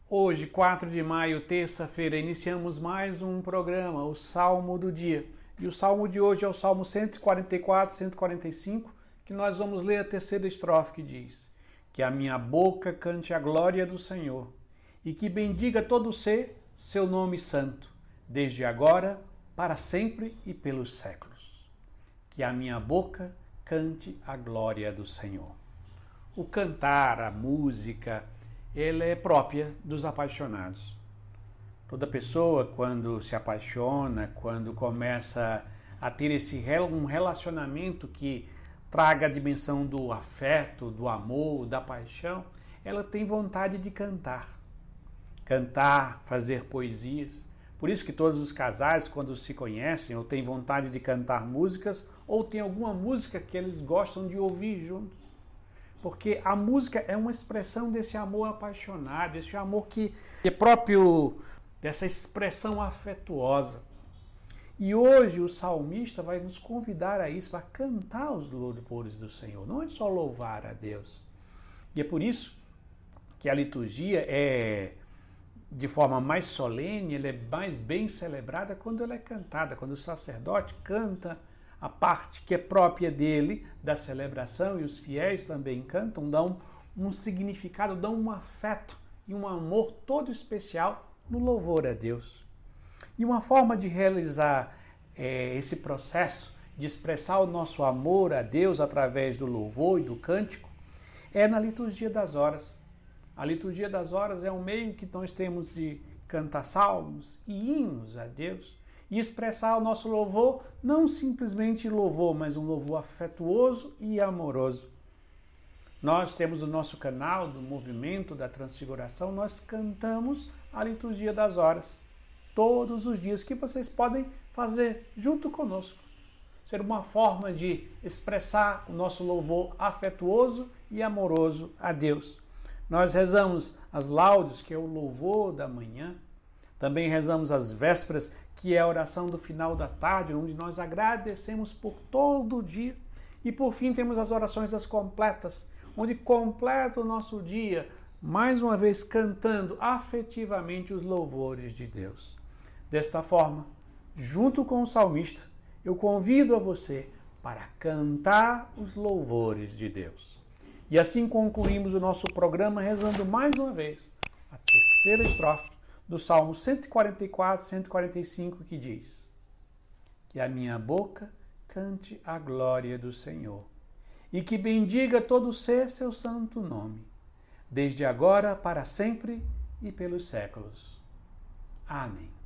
Hoje, 4 de maio, terça-feira, iniciamos mais um programa, o Salmo do Dia. E o Salmo de hoje é o Salmo 144, 145, que nós vamos ler a terceira estrofe que diz: que a minha boca cante a glória do Senhor, e que bendiga todo ser seu nome santo, desde agora, para sempre e pelos séculos. Que a minha boca cante a glória do Senhor. O cantar, a música, ela é própria dos apaixonados. Toda pessoa, quando se apaixona, quando começa a ter um relacionamento que traga a dimensão do afeto, do amor, da paixão, ela tem vontade de cantar. Cantar, fazer poesias. Por isso que todos os casais, quando se conhecem, ou têm vontade de cantar músicas, ou tem alguma música que eles gostam de ouvir juntos. Porque a música é uma expressão desse amor apaixonado, esse amor que é próprio dessa expressão afetuosa. E hoje o salmista vai nos convidar a isso, a cantar os louvores do Senhor. Não é só louvar a Deus. E é por isso que a liturgia é, de forma mais solene, ela é mais bem celebrada quando ela é cantada, quando o sacerdote canta a parte que é própria dele, da celebração, e os fiéis também cantam, dão um significado, dão um afeto e um amor todo especial no louvor a Deus. E uma forma de realizar esse processo, de expressar o nosso amor a Deus através do louvor e do cântico, é na liturgia das horas. A liturgia das horas é um meio que nós temos de cantar salmos e hinos a Deus, e expressar o nosso louvor, não simplesmente louvor, mas um louvor afetuoso e amoroso. Nós temos o nosso canal do Movimento da Transfiguração, nós cantamos a liturgia das horas, todos os dias, que vocês podem fazer junto conosco. Ser uma forma de expressar o nosso louvor afetuoso e amoroso a Deus. Nós rezamos as laudes, que é o louvor da manhã. Também rezamos as vésperas, que é a oração do final da tarde, onde nós agradecemos por todo o dia. E por fim temos as orações das completas, onde completa o nosso dia, mais uma vez cantando afetivamente os louvores de Deus. Desta forma, junto com o salmista, eu convido a você para cantar os louvores de Deus. E assim concluímos o nosso programa rezando mais uma vez a terceira estrofe do Salmo 144, 145, que diz: que a minha boca cante a glória do Senhor, e que bendiga todo ser seu santo nome, desde agora para sempre e pelos séculos. Amém.